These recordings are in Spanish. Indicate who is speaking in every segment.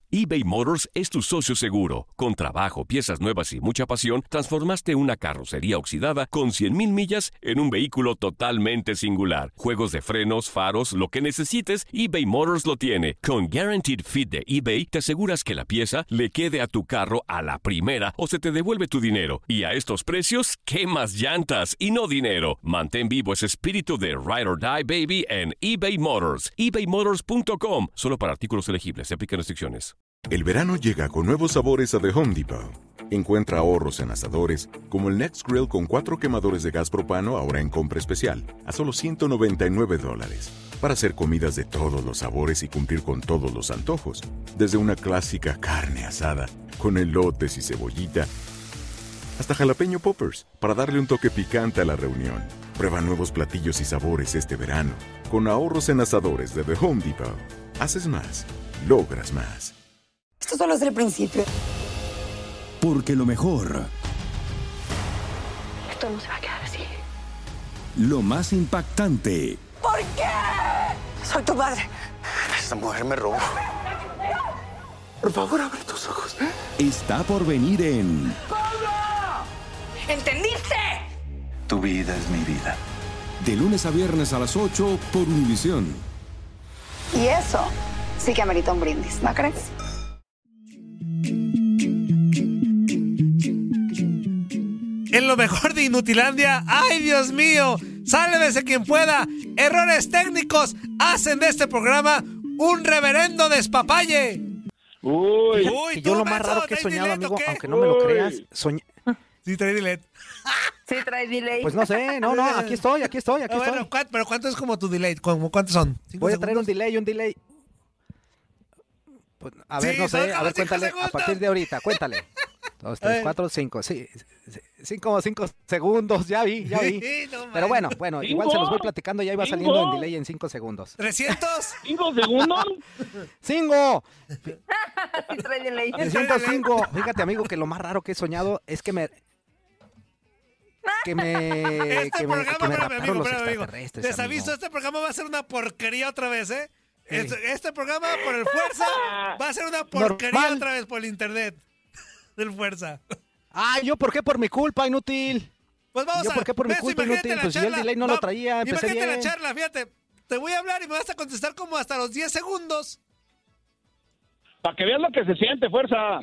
Speaker 1: eBay Motors es tu socio seguro. Con trabajo, piezas nuevas y mucha pasión, transformaste una carrocería oxidada con 100,000 millas en un vehículo totalmente singular. Juegos de frenos, faros, lo que necesites, eBay Motors lo tiene. Con Guaranteed Fit de eBay, te aseguras que la pieza le quede a tu carro a la primera o se te devuelve tu dinero. Y a estos precios, ¿qué más llantas y no dinero? Mantén vivo ese espíritu de Ride or Die, baby, en eBay Motors. ebaymotors.com. Solo para artículos elegibles. Se aplican restricciones.
Speaker 2: El verano llega con nuevos sabores a The Home Depot. Encuentra ahorros en asadores, como el Next Grill con 4 quemadores de gas propano ahora en compra especial, a solo $199. Para hacer comidas de todos los sabores y cumplir con todos los antojos. Desde una clásica carne asada, con elotes y cebollita, hasta jalapeño poppers, para darle un toque picante a la reunión. Prueba nuevos platillos y sabores este verano. Con ahorros en asadores de The Home Depot. Haces más, logras más.
Speaker 3: Esto solo es el principio.
Speaker 4: Porque lo mejor,
Speaker 3: Esto no se va a quedar así.
Speaker 4: lo más impactante,
Speaker 3: ¿Por qué? Soy tu padre.
Speaker 5: Esta mujer me robó. Por favor, abre tus ojos.
Speaker 4: está por venir en
Speaker 3: ¿Entendiste?
Speaker 5: Tu vida es mi vida.
Speaker 4: de lunes a viernes a las 8 por Univisión.
Speaker 3: Y eso sí que amerita un brindis, ¿no crees?
Speaker 6: En lo mejor de Inutilandia, ¡ay, Dios mío! ¡Sálvese quien pueda! Errores técnicos hacen de este programa un reverendo despapalle.
Speaker 7: Uy,
Speaker 6: Uy,
Speaker 8: Yo
Speaker 6: ¿tú,
Speaker 8: lo más
Speaker 6: menso,
Speaker 8: raro que he
Speaker 6: traes
Speaker 8: soñado,
Speaker 6: delete o
Speaker 8: amigo,
Speaker 6: qué?
Speaker 8: aunque no me lo
Speaker 7: Uy.
Speaker 8: creas,
Speaker 6: Sí, trae delay.
Speaker 3: Sí, trae delay.
Speaker 8: pues no sé, no, aquí estoy.
Speaker 6: Bueno, ¿pero cuánto es como tu delay? ¿Cuántos son?
Speaker 8: Voy a
Speaker 6: ¿5
Speaker 8: traer un
Speaker 6: segundos?
Speaker 8: delay. Pues, a ver,
Speaker 6: Sí,
Speaker 8: no
Speaker 6: son
Speaker 8: sé, a
Speaker 6: como
Speaker 8: ver,
Speaker 6: 5
Speaker 8: cuéntale, a
Speaker 6: segundos.
Speaker 8: partir de ahorita, cuéntale. 2,
Speaker 6: A ver.
Speaker 8: 3, 4, 5, sí, 5 segundos, ya vi.
Speaker 6: Sí, no
Speaker 8: Pero
Speaker 6: manches.
Speaker 8: bueno, igual se los voy platicando, ya iba
Speaker 7: ¿Cinco?
Speaker 8: saliendo en delay en 5 segundos.
Speaker 6: ¿300?
Speaker 7: 5 segundos.
Speaker 8: ¡Cinco!
Speaker 3: Sí, trae delay.
Speaker 8: 305. Fíjate, amigo, que lo más raro que he soñado es que me
Speaker 6: Espérame,
Speaker 8: raptaron
Speaker 6: amigo,
Speaker 8: los
Speaker 6: espérame, amigo.
Speaker 8: extraterrestres,
Speaker 6: Les aviso,
Speaker 8: amigo.
Speaker 6: este programa va a ser una porquería otra vez, ¿eh?
Speaker 8: Sí.
Speaker 6: Este programa por el Fuerza va a ser una porquería
Speaker 8: Normal.
Speaker 6: otra vez por el internet del Fuerza.
Speaker 8: Ay, ¿yo por qué? Por mi culpa, inútil.
Speaker 6: Pues vamos
Speaker 8: ¿Yo
Speaker 6: a
Speaker 8: por qué por mi
Speaker 6: ves,
Speaker 8: culpa,
Speaker 6: imagínate
Speaker 8: inútil?
Speaker 6: la
Speaker 8: Pues si yo el
Speaker 6: charla.
Speaker 8: delay no lo traía, empecé
Speaker 6: Imagínate
Speaker 8: bien.
Speaker 6: la charla, fíjate. Te voy a hablar y me vas a contestar como hasta los 10 segundos.
Speaker 7: Para que veas lo que se siente, fuerza.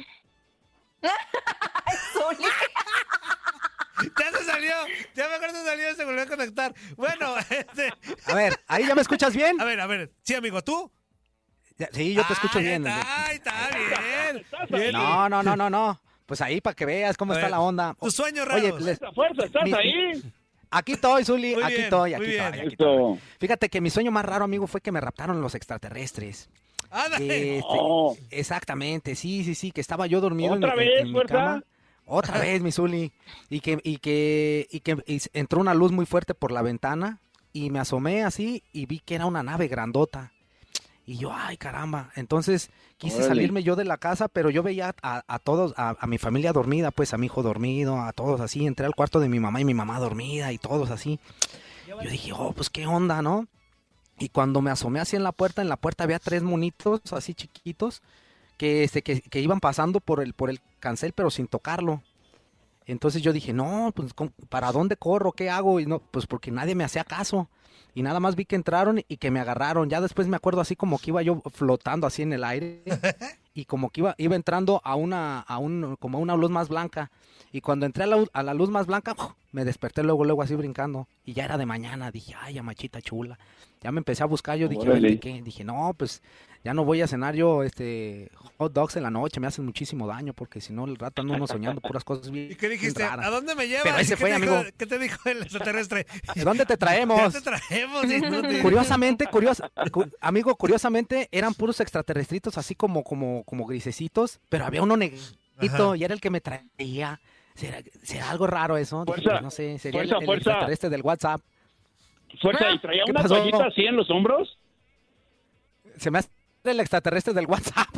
Speaker 3: Zuli.
Speaker 6: Ya se salió, ya mejor se salió y se volvió a conectar. Bueno,
Speaker 8: A ver, ¿ahí ya me escuchas bien?
Speaker 6: a ver. Sí, amigo, ¿tú?
Speaker 8: Sí, yo te escucho bien.
Speaker 6: Ay, está bien. Bien.
Speaker 8: No. Pues ahí para que veas cómo
Speaker 6: A
Speaker 8: está
Speaker 6: ver,
Speaker 8: la onda.
Speaker 6: tus sueños
Speaker 8: Oye,
Speaker 6: raros.
Speaker 7: Fuerza, ¿estás
Speaker 8: Mi-
Speaker 7: ahí?
Speaker 8: aquí estoy, Zuli,
Speaker 6: Muy
Speaker 8: aquí
Speaker 6: bien,
Speaker 8: estoy.
Speaker 6: muy bien.
Speaker 7: Esto.
Speaker 8: Fíjate que mi sueño más raro, amigo, fue que me raptaron los extraterrestres.
Speaker 6: Ándale.
Speaker 7: Oh.
Speaker 8: Exactamente, sí, que estaba yo dormido
Speaker 7: ¿Otra
Speaker 8: en
Speaker 7: vez,
Speaker 8: mi
Speaker 7: fuerza?
Speaker 8: cama. Otra vez, mi Zuli. Y que entró una luz muy fuerte por la ventana y me asomé así y vi que era una nave grandota. Y yo, ay, caramba. Entonces quise
Speaker 7: Órale.
Speaker 8: salirme yo de la casa, pero yo veía a todos, a mi familia dormida, pues a mi hijo dormido, a todos así. Entré al cuarto de mi mamá y mi mamá dormida y todos así. Yo dije, oh, pues qué onda, ¿no? Y cuando me asomé así en la puerta había 3 monitos así chiquitos que iban pasando por el cancel, pero sin tocarlo. Entonces yo dije, no, pues ¿para dónde corro? ¿Qué hago? Y no, pues porque nadie me hacía caso. Y nada más vi que entraron y que me agarraron. Ya después me acuerdo así como que iba yo flotando así en el aire y como que iba entrando como a una luz más blanca. Y cuando entré a la luz más blanca, me desperté luego así brincando. Y ya era de mañana. Dije, ay, amachita chula. Ya me empecé a buscar. Yo dije, a ver,
Speaker 7: Órale.
Speaker 8: ¿de qué? Dije, no, pues ya no voy a cenar yo hot dogs en la noche. Me hacen muchísimo daño porque si no, el rato ando uno soñando puras cosas bien
Speaker 6: ¿Y qué dijiste?
Speaker 8: raras.
Speaker 6: ¿A dónde me llevas?
Speaker 8: Pero ese
Speaker 6: ¿Qué
Speaker 8: fue,
Speaker 6: te dijo-
Speaker 8: amigo.
Speaker 6: ¿Qué te dijo el extraterrestre?
Speaker 8: ¿De dónde te
Speaker 6: Ya
Speaker 8: traemos?
Speaker 6: te traemos, inútil.
Speaker 8: Amigo, curiosamente eran puros extraterrestritos así como grisecitos, pero había uno negrito
Speaker 6: Ajá.
Speaker 8: y era el que me traía. ¿Será algo raro eso? Dije,
Speaker 7: Fuerza,
Speaker 8: pues, no sé, sería el
Speaker 7: fuerza.
Speaker 8: extraterrestre del WhatsApp.
Speaker 7: Fuerza, ¿y traía
Speaker 8: ¿Qué
Speaker 7: una
Speaker 8: pasó?
Speaker 7: toallita así en los hombros?
Speaker 8: Se me hace el extraterrestre del WhatsApp.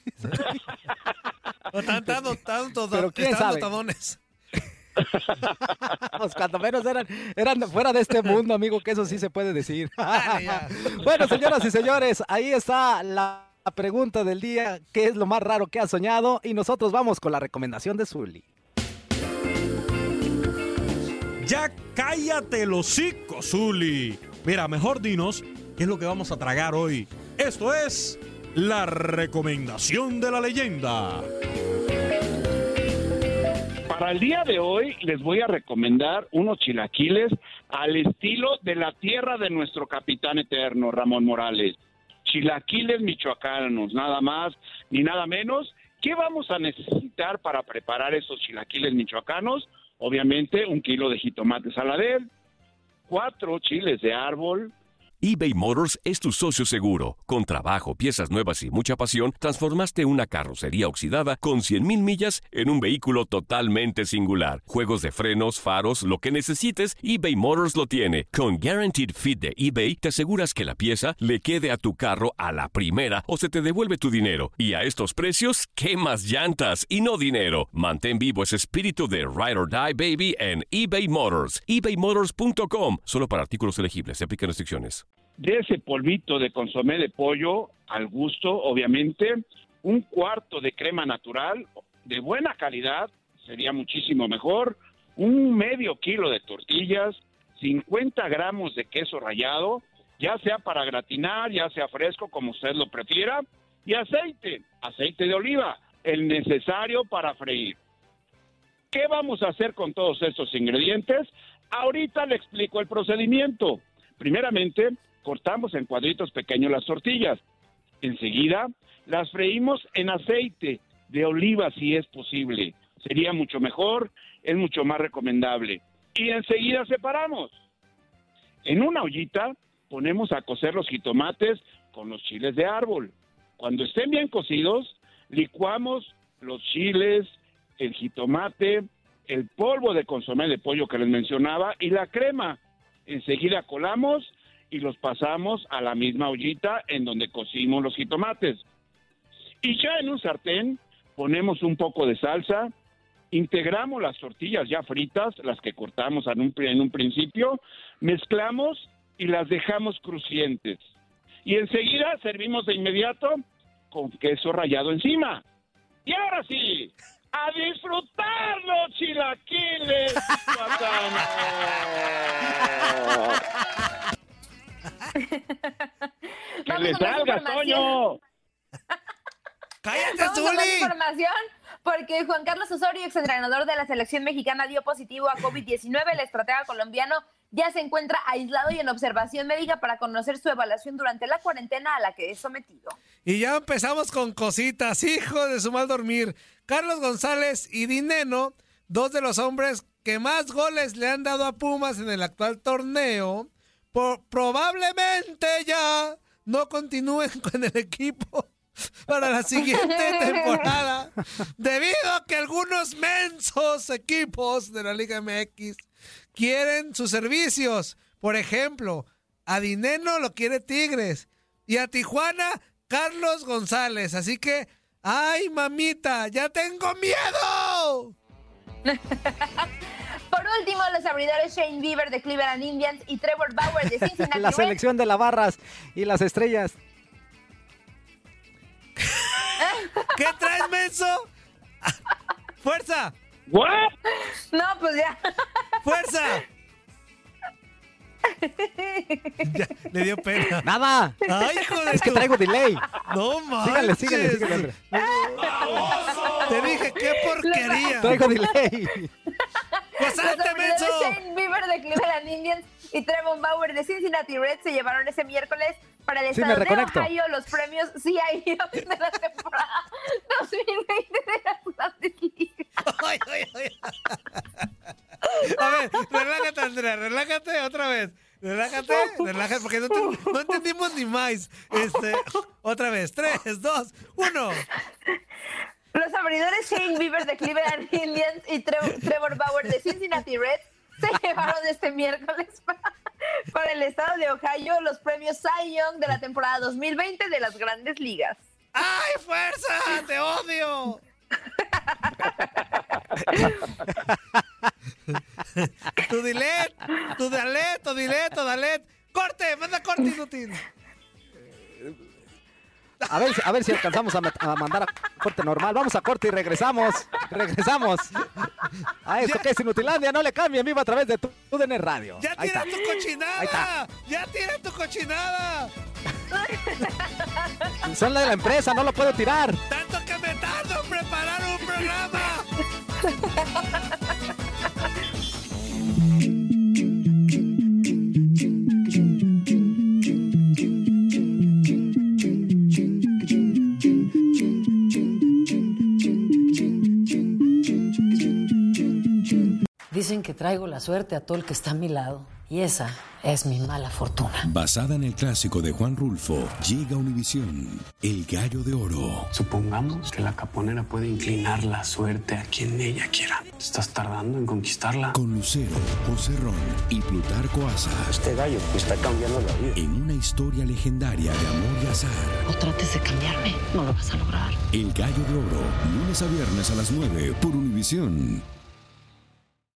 Speaker 6: O tanto,
Speaker 8: Pero quién
Speaker 6: estaban
Speaker 8: sabe.
Speaker 6: todones.
Speaker 8: Pues cuando menos eran fuera de este mundo, amigo, que eso sí se puede decir.
Speaker 6: Dale, ya.
Speaker 8: Bueno, señoras y señores, ahí está la La pregunta del día, ¿qué es lo más raro que has soñado? Y nosotros vamos con la recomendación de Zuli.
Speaker 9: Ya cállate el hocico, Zuli. Mira, mejor dinos qué es lo que vamos a tragar hoy. Esto es la recomendación de la leyenda.
Speaker 7: Para el día de hoy les voy a recomendar unos chilaquiles al estilo de la tierra de nuestro capitán eterno, Ramón Morales. Chilaquiles michoacanos, nada más ni nada menos. ¿Qué vamos a necesitar para preparar esos chilaquiles michoacanos? Obviamente 1 kilo de jitomate saladel, 4 chiles de árbol.
Speaker 1: eBay Motors es tu socio seguro. Con trabajo, piezas nuevas y mucha pasión, transformaste una carrocería oxidada con 100,000 millas en un vehículo totalmente singular. Juegos de frenos, faros, lo que necesites, eBay Motors lo tiene. Con Guaranteed Fit de eBay, te aseguras que la pieza le quede a tu carro a la primera o se te devuelve tu dinero. Y a estos precios, ¿quemas llantas y no dinero? Mantén vivo ese espíritu de Ride or Die, baby, en eBay Motors. ebaymotors.com. Solo para artículos elegibles. Se aplican restricciones.
Speaker 7: De ese polvito de consomé de pollo, al gusto, obviamente, 1/4 de crema natural, de buena calidad, sería muchísimo mejor, 1/2 kilo de tortillas, 50 gramos de queso rallado, ya sea para gratinar, ya sea fresco, como usted lo prefiera, y aceite de oliva, el necesario para freír. ¿Qué vamos a hacer con todos estos ingredientes? Ahorita le explico el procedimiento. Primeramente, cortamos en cuadritos pequeños las tortillas. Enseguida, las freímos en aceite de oliva si es posible. Sería mucho mejor, es mucho más recomendable. Y enseguida separamos. En una ollita ponemos a cocer los jitomates con los chiles de árbol. Cuando estén bien cocidos, licuamos los chiles, el jitomate, el polvo de consomé de pollo que les mencionaba y la crema. Enseguida colamos y los pasamos a la misma ollita en donde cocimos los jitomates. Y ya en un sartén ponemos un poco de salsa, integramos las tortillas ya fritas, las que cortamos en un principio, mezclamos y las dejamos crujientes. Y enseguida servimos de inmediato con queso rallado encima. Y ahora sí, ¡a disfrutar los chilaquiles michoacanos! ¡Que le salga, Toño!
Speaker 6: ¡Cállate,
Speaker 10: Vamos a más
Speaker 6: Zuli!
Speaker 10: información porque Juan Carlos Osorio, exentrenador de la selección mexicana, dio positivo a COVID-19. El estratega colombiano ya se encuentra aislado y en observación médica para conocer su evaluación durante la cuarentena a la que es sometido.
Speaker 6: Y ya empezamos con cositas, hijo de su mal dormir. Carlos González y Dineno, 2 de los hombres que más goles le han dado a Pumas en el actual torneo, probablemente ya no continúen con el equipo para la siguiente temporada, debido a que algunos mensos equipos de la Liga MX quieren sus servicios. Por ejemplo, a Dineno lo quiere Tigres y a Tijuana Carlos González. Así que, ¡ay, mamita! ¡Ya tengo miedo!
Speaker 10: Por último, los abridores Shane Bieber de Cleveland Indians y Trevor Bauer de Cincinnati
Speaker 8: La selección de las barras y las estrellas.
Speaker 6: ¿Qué traes, menso? ¡Fuerza!
Speaker 7: ¿What?
Speaker 10: No, pues ya.
Speaker 6: ¡Fuerza! Ya, le dio pena.
Speaker 8: ¡Nada!
Speaker 6: ¡Ay, hijo de
Speaker 8: Es que
Speaker 6: tu-
Speaker 8: traigo delay.
Speaker 6: ¡No manches!
Speaker 8: Sígale, Andrea.
Speaker 6: Te dije, ¡qué porquería!
Speaker 8: Traigo delay.
Speaker 6: ¡Pues
Speaker 10: Los
Speaker 6: salte,
Speaker 10: abridores
Speaker 6: menso!
Speaker 10: Shane Bieber de Cleveland Indians y Trevor Bauer de Cincinnati Reds se llevaron ese miércoles para el
Speaker 8: Sí, me
Speaker 10: estado de
Speaker 8: reconecto.
Speaker 10: Ohio los premios CIO de la temporada 2020 de las Grandes Ligas.
Speaker 6: Ay, ay, ay. A ver, relájate, Andrea, relájate otra vez. Relájate, porque no entendimos ni más. Otra vez, 3, 2, 1.
Speaker 10: Los abridores Shane Bieber de Cleveland Indians y Trevor Bauer de Cincinnati Reds se llevaron este miércoles para el estado de Ohio los premios Cy Young de la temporada 2020 de las Grandes Ligas.
Speaker 6: ¡Ay, fuerza! ¡Te odio! Tu Dalet. ¡Corte! ¡Manda corte, inútil!
Speaker 8: A ver si alcanzamos a mandar a corte normal. Vamos a corte y regresamos. A esto que es Inutilandia, no le cambien, viva a través de TUDN Radio.
Speaker 6: ¡Ya tira tu cochinada! ¡Ya tira tu cochinada!
Speaker 8: Son la de la empresa, no lo puedo tirar.
Speaker 6: ¡Tanto que me tardo en preparar un programa!
Speaker 11: Dicen que traigo la suerte a todo el que está a mi lado. Y esa es mi mala fortuna.
Speaker 12: Basada en el clásico de Juan Rulfo, llega Univisión, El Gallo de Oro.
Speaker 13: Supongamos que la caponera puede inclinar la suerte a quien ella quiera. ¿Estás tardando en conquistarla?
Speaker 12: Con Lucero, José Ron y Plutarco Asa.
Speaker 13: Este gallo me está cambiando la vida.
Speaker 12: En una historia legendaria de amor y azar.
Speaker 11: No trates de cambiarme, no lo vas a lograr.
Speaker 12: El Gallo de Oro, lunes a viernes a las 9 por Univisión.